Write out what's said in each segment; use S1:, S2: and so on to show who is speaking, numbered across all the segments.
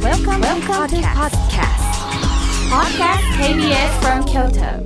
S1: Welcome to podcast. Podcast KBS from Kyoto.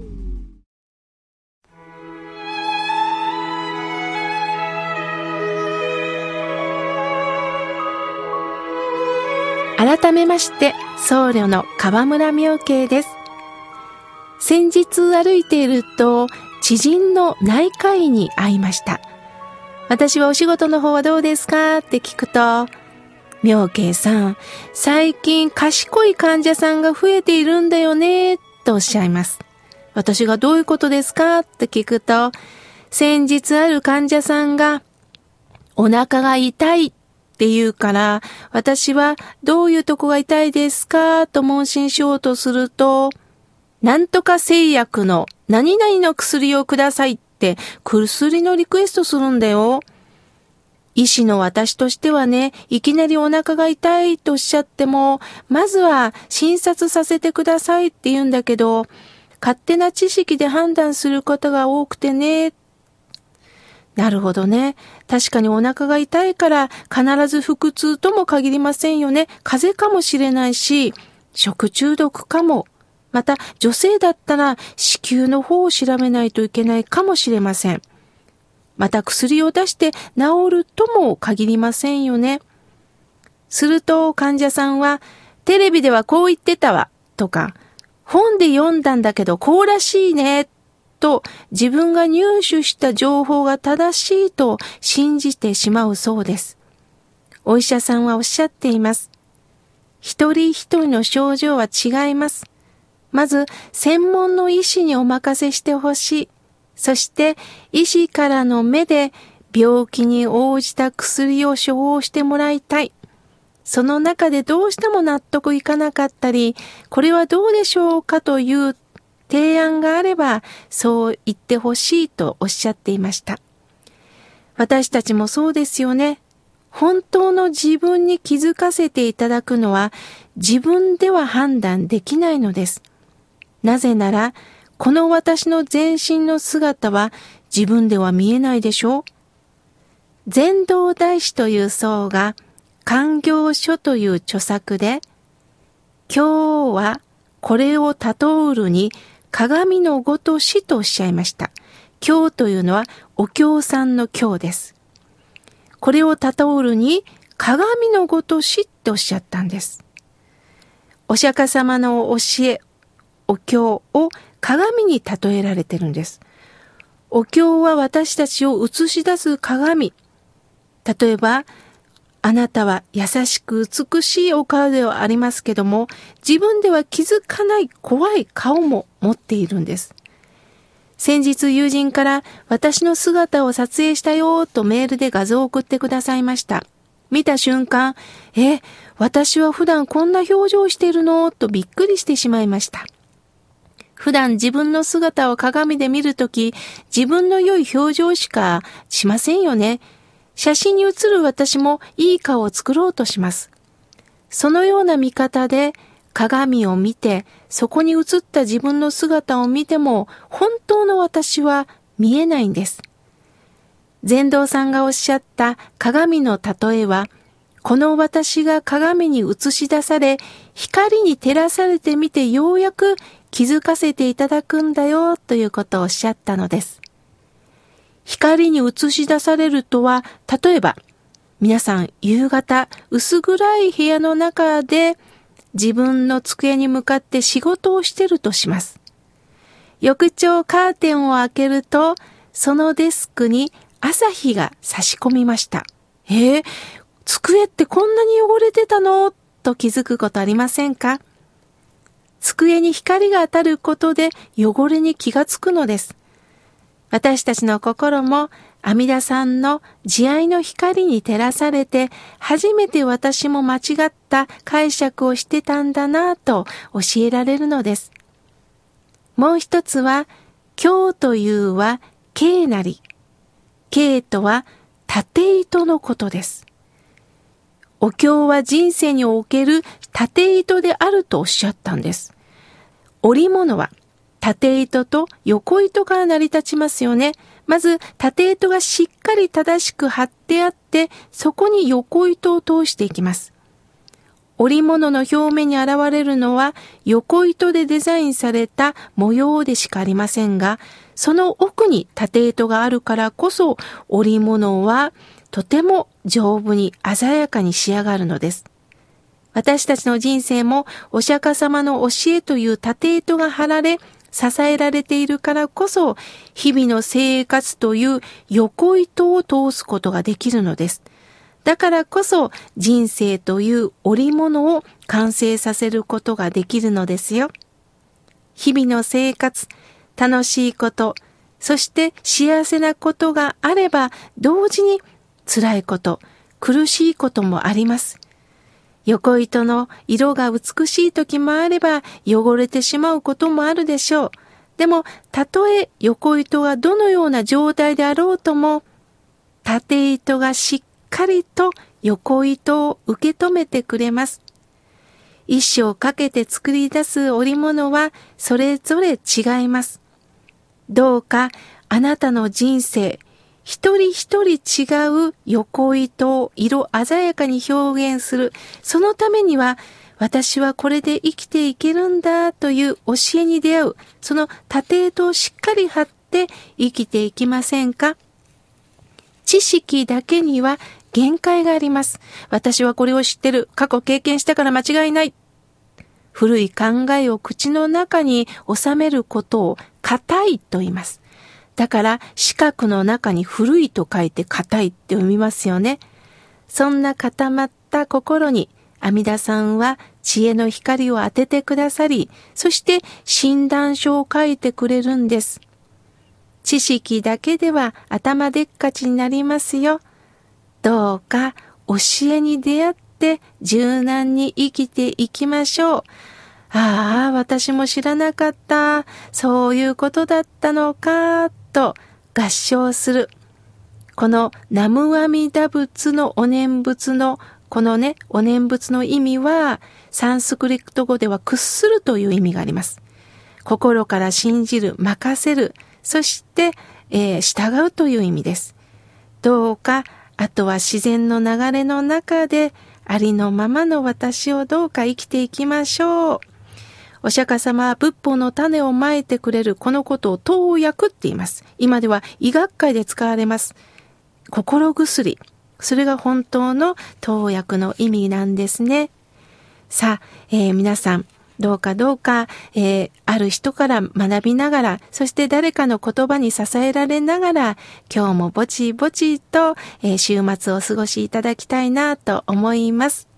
S2: 改めまして僧侶の河村明慶です。先日歩いていると知人の内科医に会いました。私はお仕事の方はどうですかって聞くと、明慶さん、最近賢い患者さんが増えているんだよねとおっしゃいます。私がどういうことですかって聞くと、先日ある患者さんがお腹が痛いって言うから、私はどういうとこが痛いですかと問診しようとすると、なんとか製薬の何々の薬をくださいって薬のリクエストするんだよ。医師の私としてはね、いきなりお腹が痛いとおっしゃっても、まずは診察させてくださいって言うんだけど、勝手な知識で判断することが多くてね。なるほどね。確かにお腹が痛いから必ず腹痛とも限りませんよね。風邪かもしれないし、食中毒かも。また女性だったら子宮の方を調べないといけないかもしれません。また薬を出して治るとも限りませんよね。すると患者さんは、テレビではこう言ってたわとか、本で読んだんだけどこうらしいねと自分が入手した情報が正しいと信じてしまうそうです。お医者さんはおっしゃっています。一人一人の症状は違います。まず専門の医師にお任せしてほしい。そして医師からの目で病気に応じた薬を処方してもらいたい。その中でどうしても納得いかなかったり、これはどうでしょうかという提案があれば、そう言ってほしいとおっしゃっていました。私たちもそうですよね。本当の自分に気づかせていただくのは自分では判断できないのです。なぜなら、この私の全身の姿は自分では見えないでしょう。禅道大師という僧が勧行書という著作で、今日はこれを例うるに鏡のごとしとおっしゃいました。今日というのはお経さんの今日です。これを例うるに鏡のごとしっておっしゃったんです。お釈迦様の教え、お経を鏡に例えられてるんです。お経は私たちを映し出す鏡。例えば、あなたは優しく美しいお顔ではありますけども、自分では気づかない怖い顔も持っているんです。先日友人から私の姿を撮影したよとメールで画像を送ってくださいました。見た瞬間、私は普段こんな表情をしているのとびっくりしてしまいました。普段自分の姿を鏡で見るとき、自分の良い表情しかしませんよね。写真に写る私もいい顔を作ろうとします。そのような見方で鏡を見て、そこに映った自分の姿を見ても、本当の私は見えないんです。禅道さんがおっしゃった鏡の例えは、この私が鏡に映し出され、光に照らされてみてようやく気づかせていただくんだよということをおっしゃったのです。光に映し出されるとは、例えば皆さん夕方薄暗い部屋の中で自分の机に向かって仕事をしているとします。翌朝カーテンを開けると、そのデスクに朝日が差し込みました。机ってこんなに汚れてたのと気づくことありませんか？机に光が当たることで汚れに気がつくのです。私たちの心も阿弥陀さんの慈愛の光に照らされて、初めて私も間違った解釈をしてたんだなぁと教えられるのです。もう一つは、経というは経なり。経とは縦糸のことです。お経は人生における縦糸であるとおっしゃったんです。織物は縦糸と横糸から成り立ちますよね。まず縦糸がしっかり正しく張ってあって、そこに横糸を通していきます。 織物の表面に現れるのは横糸でデザインされた模様でしかありませんが、その奥に縦糸があるからこそ織物はとても丈夫に鮮やかに仕上がるのです。私たちの人生もお釈迦様の教えという縦糸が張られ、支えられているからこそ、日々の生活という横糸を通すことができるのです。だからこそ人生という織物を完成させることができるのですよ。日々の生活、楽しいこと、そして幸せなことがあれば、同時に辛いこと、苦しいこともあります。横糸の色が美しい時もあれば汚れてしまうこともあるでしょう。でも、たとえ横糸がどのような状態であろうとも、縦糸がしっかりと横糸を受け止めてくれます。一生かけて作り出す織物はそれぞれ違います。どうかあなたの人生、一人一人違う横糸を色鮮やかに表現する。そのためには、私はこれで生きていけるんだという教えに出会う、その縦糸をしっかり張って生きていきませんか？知識だけには限界があります。私はこれを知ってる。過去経験したから間違いない。古い考えを口の中に収めることを固いと言います。だから四角の中に古いと書いて固いって読みますよね。そんな固まった心に阿弥陀さんは知恵の光を当ててくださり、そして診断書を書いてくれるんです。知識だけでは頭でっかちになりますよ。どうか教えに出会って柔軟に生きていきましょう。ああ、私も知らなかった。そういうことだったのか。と合唱する。この南無阿弥陀仏のお念仏のこのね、お念仏の意味はサンスクリット語では屈するという意味があります。心から信じる、任せる、そして、従うという意味です。どうかあとは自然の流れの中でありのままの私をどうか生きていきましょう。お釈迦様は仏法の種をまいてくれるこのことを投薬って言います。今では医学界で使われます。心薬。それが本当の投薬の意味なんですね。さあ、皆さん、どうか、ある人から学びながら、そして誰かの言葉に支えられながら、今日もぼちぼちと、週末をお過ごしいただきたいなと思います。